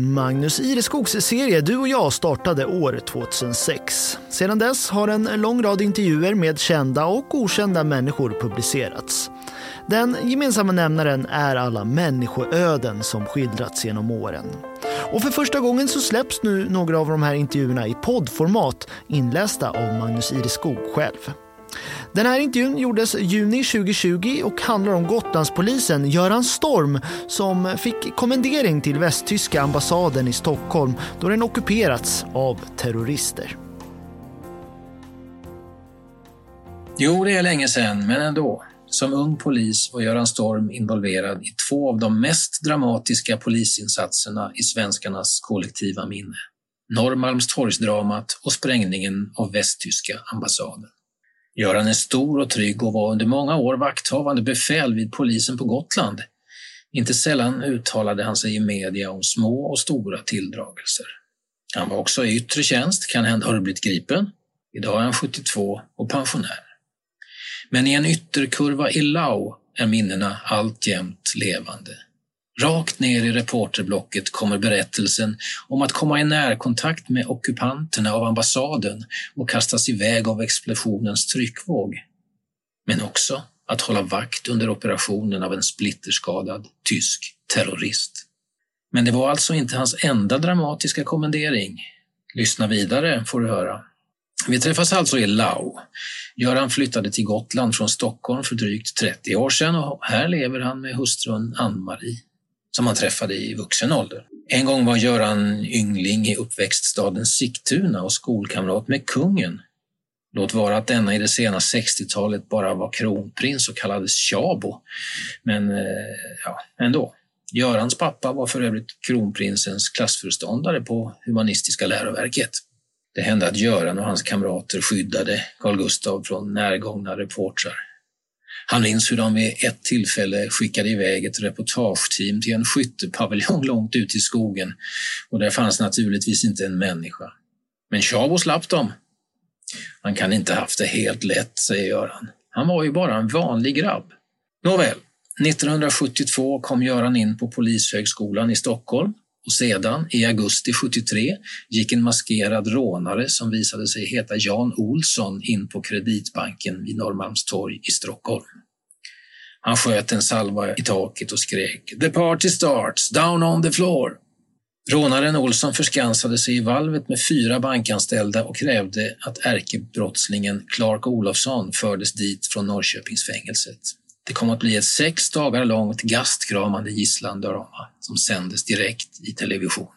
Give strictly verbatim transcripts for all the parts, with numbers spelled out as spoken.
Magnus Ireskogs serie Du och jag startade år tjugohundrasex. Sedan dess har en lång rad intervjuer med kända och okända människor publicerats. Den gemensamma nämnaren är alla människoöden som skildrats genom åren. Och för första gången så släpps nu några av de här intervjuerna i poddformat inlästa av Magnus Ireskog själv. Den här intervjun gjordes juni tjugohundratjugo och handlar om Gotlandspolisen Göran Storm som fick kommendering till västtyska ambassaden i Stockholm då den ockuperats av terrorister. Jo, det är länge sedan, men ändå. Som ung polis var Göran Storm involverad i två av de mest dramatiska polisinsatserna i svenskarnas kollektiva minne. Norrmalmstorgsdramat och sprängningen av västtyska ambassaden. Göran är stor och trygg och var under många år vakthavande befäl vid polisen på Gotland. Inte sällan uttalade han sig i media om små och stora tilldragelser. Han var också i yttre tjänst, kan hända har du blivit gripen. Idag är han sjuttiotvå och pensionär. Men i en ytterkurva i Lau är minnena alltjämt levande. Rakt ner i reporterblocket kommer berättelsen om att komma i närkontakt med ockupanterna av ambassaden och kastas iväg av explosionens tryckvåg. Men också att hålla vakt under operationen av en splitterskadad tysk terrorist. Men det var alltså inte hans enda dramatiska kommendering. Lyssna vidare får du höra. Vi träffas alltså i Lau. Göran flyttade till Gotland från Stockholm för drygt trettio år sedan och här lever han med hustrun Ann-Marie som han träffade i vuxen ålder. En gång var Göran yngling i uppväxtstaden Sigtuna och skolkamrat med kungen. Låt vara att denna i det sena sextiotalet bara var kronprins och kallades Tjabo. Men eh, ja, ändå. Görans pappa var för övrigt kronprinsens klassförståndare på humanistiska läroverket. Det hände att Göran och hans kamrater skyddade Carl Gustaf från närgångna reportrar. Han minns hur de vid ett tillfälle skickade iväg ett reportageteam till en skyttepaviljong långt ut i skogen och där fanns naturligtvis inte en människa. Men Tjabo slapp dem. Han kan inte haft det helt lätt, säger Göran. Han var ju bara en vanlig grabb. Nåväl, nittonhundrasjuttiotvå kom Göran in på Polishögskolan i Stockholm. Och sedan, i augusti sjuttiotre, gick en maskerad rånare som visade sig heta Jan Olsson in på Kreditbanken vid Norrmalmstorg i Stockholm. Han sköt en salva i taket och skrek "The party starts, down on the floor!" Rånaren Olsson förskansade sig i valvet med fyra bankanställda och krävde att ärkebrottslingen Clark Olofsson fördes dit från Norrköpingsfängelset. Det kom att bli ett sex dagar långt gastkramande gisslandrama som sändes direkt i televisionen.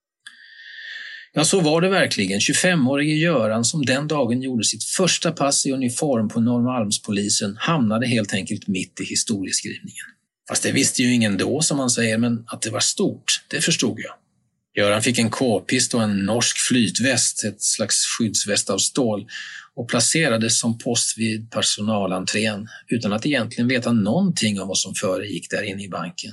Ja, så var det verkligen. tjugofemårige Göran som den dagen gjorde sitt första pass i uniform på Norrmalmspolisen hamnade helt enkelt mitt i historieskrivningen. Fast det visste ju ingen då som man säger, men att det var stort, det förstod jag. Göran fick en k-pist och en norsk flytväst, ett slags skyddsväst av stål, och placerades som post vid personalentrén utan att egentligen veta någonting om vad som föregick där inne i banken.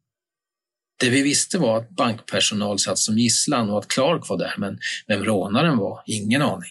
Det vi visste var att bankpersonal satt som gisslan och att Clark var där, men vem rånaren var, ingen aning.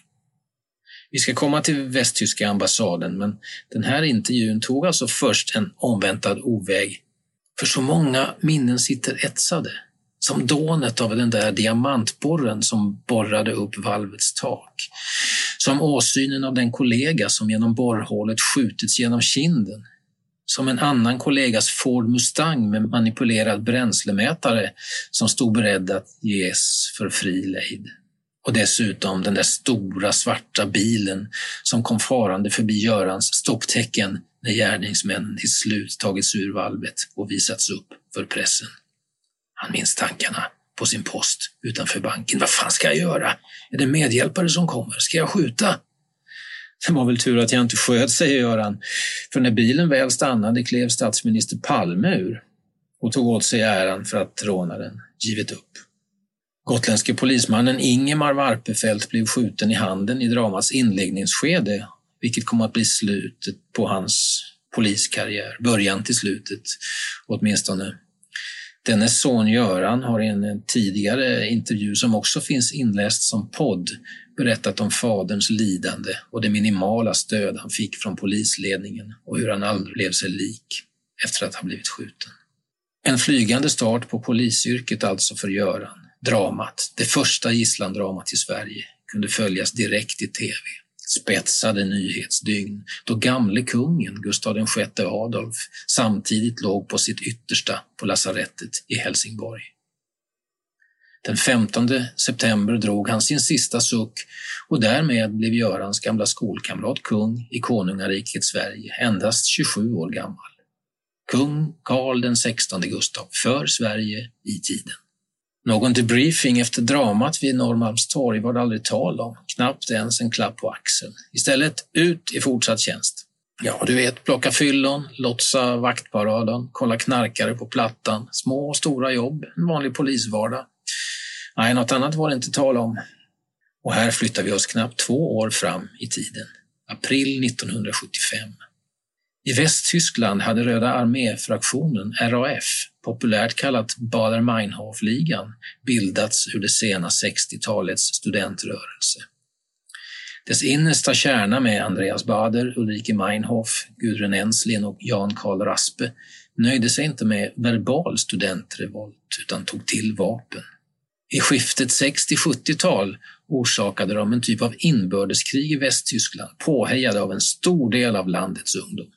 Vi ska komma till västtyska ambassaden, men den här intervjun tog alltså först en omväntad oväg. För så många minnen sitter etsade. Som dånet av den där diamantborren som borrade upp valvets tak. Som åsynen av den kollega som genom borrhålet skjutits genom kinden. Som en annan kollegas Ford Mustang med manipulerad bränslemätare som stod beredd att ges för fri lejd. Och dessutom den där stora svarta bilen som kom farande förbi Görans stopptecken när gärningsmännen till slut tagits ur valvet och visats upp för pressen. Han minns tankarna på sin post utanför banken. Vad fan ska jag göra? Är det medhjälpare som kommer? Ska jag skjuta? Det var väl tur att jag inte sköt, säger Göran. För när bilen väl stannade klev statsminister Palme ur och tog åt sig äran för att rånaren givit upp. Gotländske polismannen Ingemar Varpefelt blev skjuten i handen i dramats inläggningsskede, vilket kom att bli slutet på hans poliskarriär. Början till slutet, åtminstone. Dennes son Göran har i en tidigare intervju som också finns inläst som podd berättat om faderns lidande och det minimala stöd han fick från polisledningen och hur han aldrig blev sig lik efter att ha blivit skjuten. En flygande start på polisyrket alltså för Göran. Dramat, det första gisslandramat i Sverige, kunde följas direkt i tv. Spetsade nyhetsdygn då gamle kungen Gustav den sjätte Adolf samtidigt låg på sitt yttersta på lasarettet i Helsingborg. Den femtonde september drog han sin sista suck och därmed blev Görans gamla skolkamrat kung i konungariket Sverige, endast tjugosju år gammal. Kung Karl den sextonde Gustav för Sverige i tiden. Någon debriefing efter dramat vid Norrmalmstorg var det aldrig tal om, knappt ens en klapp på axeln. Istället ut i fortsatt tjänst. Ja, du vet, plocka fyllon, lotsa vaktparaden, kolla knarkare på plattan, små och stora jobb, en vanlig polisvardag. Nej, något annat var det inte tal om. Och här flyttar vi oss knappt två år fram i tiden. April nittonhundrasjuttiofem. I Västtyskland hade Röda arméfraktionen R A F, populärt kallat Baader-Meinhof-ligan, bildats ur det sena sextiotalets studentrörelse. Dess innersta kärna med Andreas Baader, Ulrike Meinhof, Gudrun Enslin och Jan Karl Raspe nöjde sig inte med verbal studentrevolt utan tog till vapen. I skiftet sextio-sjuttiotal orsakade de en typ av inbördeskrig i Västtyskland, påhejade av en stor del av landets ungdom.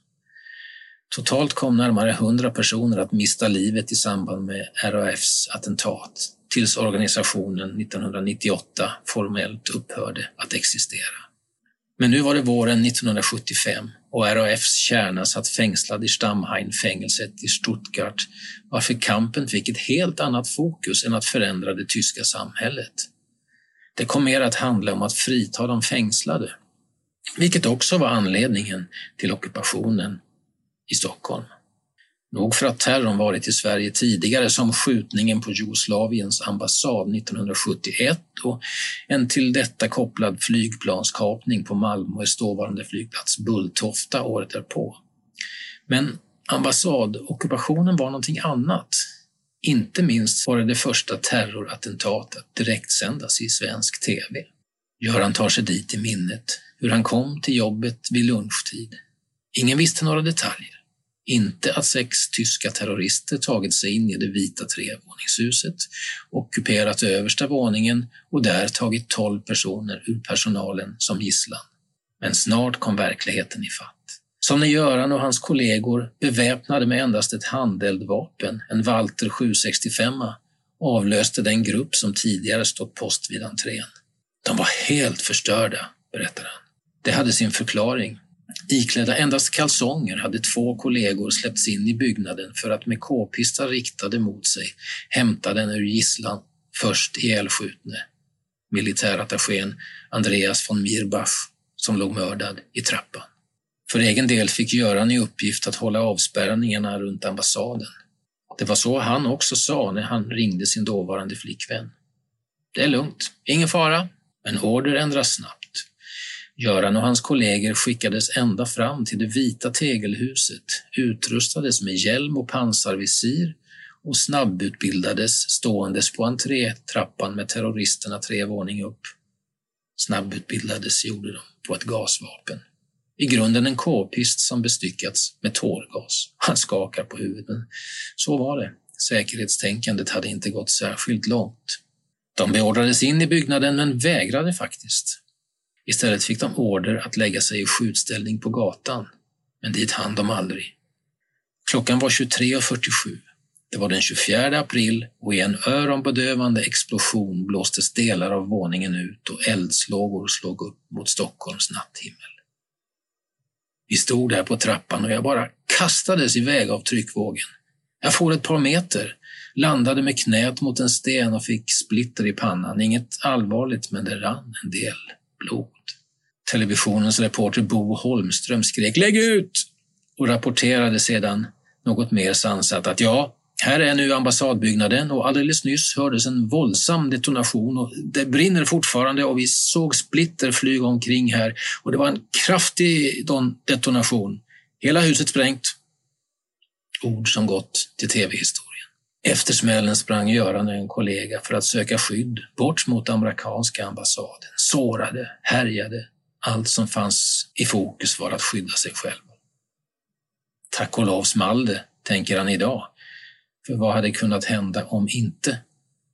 Totalt kom närmare hundra personer att mista livet i samband med R A F:s attentat, tills organisationen nittonhundranittioåtta formellt upphörde att existera. Men nu var det våren nittonhundrasjuttiofem och R A F:s kärna satt fängslad i Stammheim-fängelset i Stuttgart, varför kampen fick ett helt annat fokus än att förändra det tyska samhället. Det kom mer att handla om att frita de fängslade, vilket också var anledningen till ockupationen i Stockholm. Nog för att terrorn varit i Sverige tidigare, som skjutningen på Jugoslaviens ambassad nittonhundrasjuttioett och en till detta kopplad flygplanskapning på Malmös dåvarande flygplats Bulltofta året därpå. Men ambassadockupationen var någonting annat. Inte minst var det det första terrorattentatet direkt sändas i svensk tv. Göran tar sig dit i minnet hur han kom till jobbet vid lunchtid. Ingen visste några detaljer. Inte att sex tyska terrorister tagit sig in i det vita trevåningshuset, ockuperat översta våningen och där tagit tolv personer ur personalen som gisslan. Men snart kom verkligheten i fatt. Som när Göran och hans kollegor, beväpnade med endast ett handeldvapen, en Walter sju sextiofem, avlöste den grupp som tidigare stått post vid entrén. De var helt förstörda, berättar han. Det hade sin förklaring. Iklädda endast kalsonger hade två kollegor släppts in i byggnaden för att med k-pistar riktade mot sig hämta den ur gisslan först ihjälskjutne militärattachén Andreas von Mirbach som låg mördad i trappan. För egen del fick Göran i uppgift att hålla avspärrningarna runt ambassaden. Det var så han också sa när han ringde sin dåvarande flickvän. Det är lugnt, ingen fara, men order ändras snabbt. Göran och hans kollegor skickades ända fram till det vita tegelhuset, utrustades med hjälm och pansarvisir och snabbutbildades ståendes på entrétrappan med terroristerna tre våning upp. Snabbutbildades gjorde de på ett gasvapen. I grunden en k-pist som bestyckats med tårgas. Han skakar på huvudet, men så var det. Säkerhetstänkandet hade inte gått särskilt långt. De beordrades in i byggnaden men vägrade faktiskt. Istället fick de order att lägga sig i skjutställning på gatan, men dit hann de aldrig. Klockan var tjugotre fyrtiosju. Det var den tjugofjärde april och i en öronbedövande explosion blåstes delar av våningen ut och eldslågor slog upp mot Stockholms natthimmel. Vi stod där på trappan och jag bara kastades iväg av tryckvågen. Jag får ett par meter, landade med knät mot en sten och fick splitter i pannan. Inget allvarligt, men det rann en del blod. Televisionens reporter Bo Holmström skrek "Lägg ut!" och rapporterade sedan något mer sansat att ja, här är nu ambassadbyggnaden och alldeles nyss hördes en våldsam detonation och det brinner fortfarande och vi såg splitter flyga omkring här och det var en kraftig detonation. Hela huset sprängt. Ord som gått till tv-historien. Efter smällen sprang Göran och en kollega för att söka skydd bort mot amerikanska ambassaden. Sårade, härjade. Allt som fanns i fokus var att skydda sig själv. Tack och lov small det, tänker han idag. För vad hade kunnat hända om inte?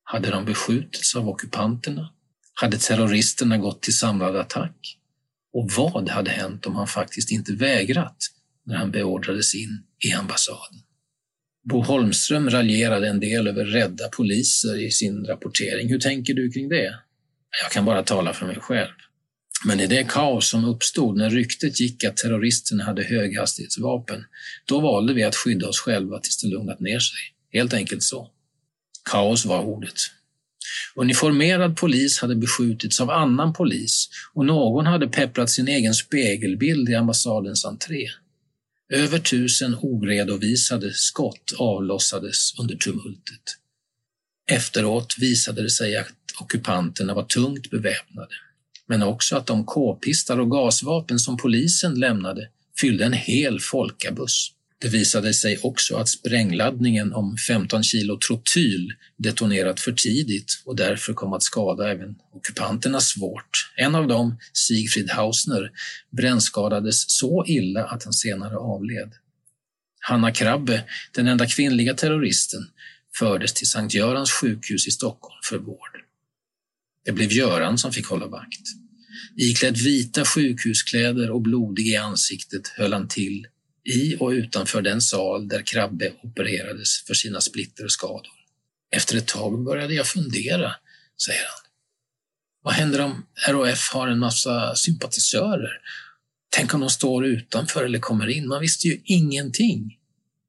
Hade de beskjutits av ockupanterna? Hade terroristerna gått till samlad attack? Och vad hade hänt om han faktiskt inte vägrat när han beordrades in i ambassaden? Bo Holmström raljerade en del över rädda poliser i sin rapportering. Hur tänker du kring det? Jag kan bara tala för mig själv. Men i det kaos som uppstod när ryktet gick att terroristerna hade höghastighetsvapen, då valde vi att skydda oss själva tills det lugnat ner sig. Helt enkelt så. Kaos var ordet. Uniformerad polis hade beskjutits av annan polis och någon hade pepprat sin egen spegelbild i ambassadens entré. Över tusen oredovisade skott avlossades under tumultet. Efteråt visade det sig att ockupanterna var tungt beväpnade, men också att de k-pistar och gasvapen som polisen lämnade fyllde en hel folkabuss. Det visade sig också att sprängladdningen om femton kilo trotyl detonerat för tidigt och därför kom att skada även ockupanterna svårt. En av dem, Siegfried Hausner, brännskadades så illa att han senare avled. Hanna Krabbe, den enda kvinnliga terroristen, fördes till Sankt Görans sjukhus i Stockholm för vård. Det blev Göran som fick hålla vakt. Iklädd vita sjukhuskläder och blodig i ansiktet höll han till i och utanför den sal där Krabbe opererades för sina splitterskador. Efter ett tag började jag fundera, säger han. Vad händer om R A F har en massa sympatisörer? Tänk om de står utanför eller kommer in? Man visste ju ingenting.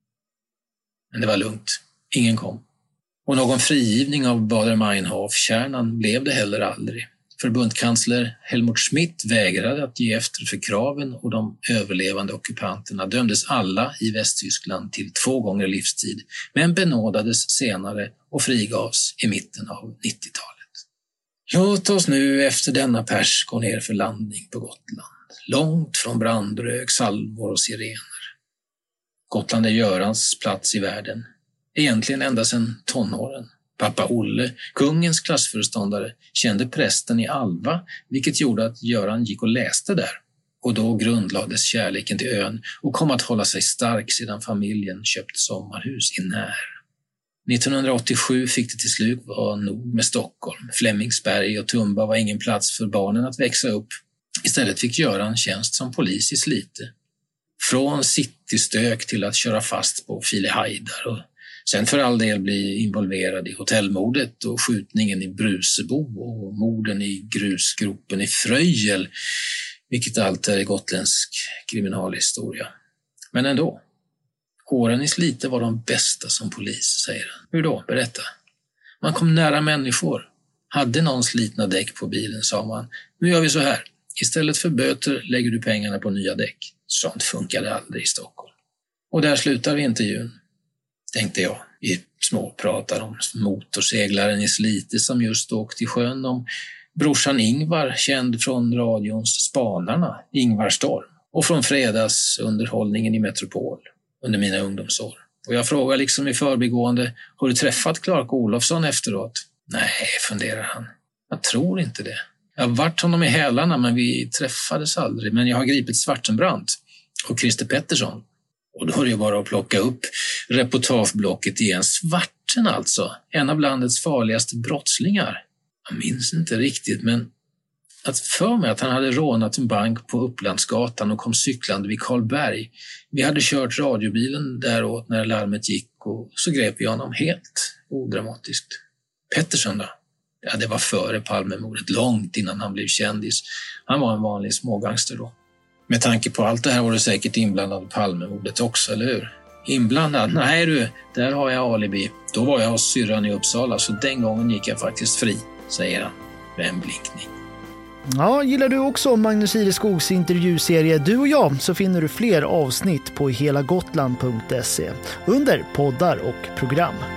Men det var lugnt. Ingen kom. Och någon frigivning av Baader-Meinhof-kärnan blev det heller aldrig. Förbundskansler Helmut Schmidt vägrade att ge efter för kraven och de överlevande ockupanterna dömdes alla i Västtyskland till två gånger livstid, men benådades senare och frigavs i mitten av nittiotalet. Låt oss nu efter denna pers gå ner för landning på Gotland, långt från brandrök, salvor och sirener. Gotland är Görans plats i världen, egentligen ända sedan tonåren. Pappa Olle, kungens klassföreståndare, kände prästen i Alva, vilket gjorde att Göran gick och läste där. Och då grundlades kärleken till ön och kom att hålla sig stark sedan familjen köpt sommarhus i När. nittonhundraåttiosju fick det till slut vara nog med Stockholm. Flemingsberg och Tumba var ingen plats för barnen att växa upp. Istället fick Göran tjänst som polis i Slite. Från citystök till att köra fast på File Hajdar och sen för all del bli involverad i hotellmordet och skjutningen i Brusebo och morden i grusgropen i Fröjel, vilket allt är gotländsk kriminalhistoria. Men ändå, åren i Slite var de bästa som polis, säger han. Hur då? Berätta. Man kom nära människor. Hade någon slitna däck på bilen, sa man. Nu gör vi så här. Istället för böter lägger du pengarna på nya däck. Sånt funkade aldrig i Stockholm. Och där slutar vi intervjun, tänkte jag. Vi småpratar om motorseglaren i Slite som just åkt i sjön, om brorsan Ingvar, känd från radions Spanarna, Ingvar Storm, och från fredagsunderhållningen i Metropol under mina ungdomsår. Och jag frågar liksom i förbigående, har du träffat Clark Olofsson efteråt? Nej, funderar han. Jag tror inte det. Jag har varit honom i hälarna, men vi träffades aldrig. Men jag har gripit Svartenbrandt och Christer Pettersson. Och då är det bara att plocka upp reportageblocket igen. Svarten alltså, en av landets farligaste brottslingar. Jag minns inte riktigt, men att för mig att han hade rånat en bank på Upplandsgatan och kom cyklande vid Karlberg. Vi hade kört radiobilen däråt när larmet gick och så grep vi honom helt odramatiskt. Pettersson då? Ja, det var före Palmemordet, långt innan han blev kändis. Han var en vanlig smågangster då. Med tanke på allt det här var det säkert inblandad i Palmemordet också, eller hur? Inblandad? Nej du, där har jag alibi. Då var jag hos syrran i Uppsala, så den gången gick jag faktiskt fri, säger han med en blinkning. Ja, gillar du också Magnus Ireskogs intervjuserie Du och jag, så finner du fler avsnitt på helagotland punkt se under poddar och program.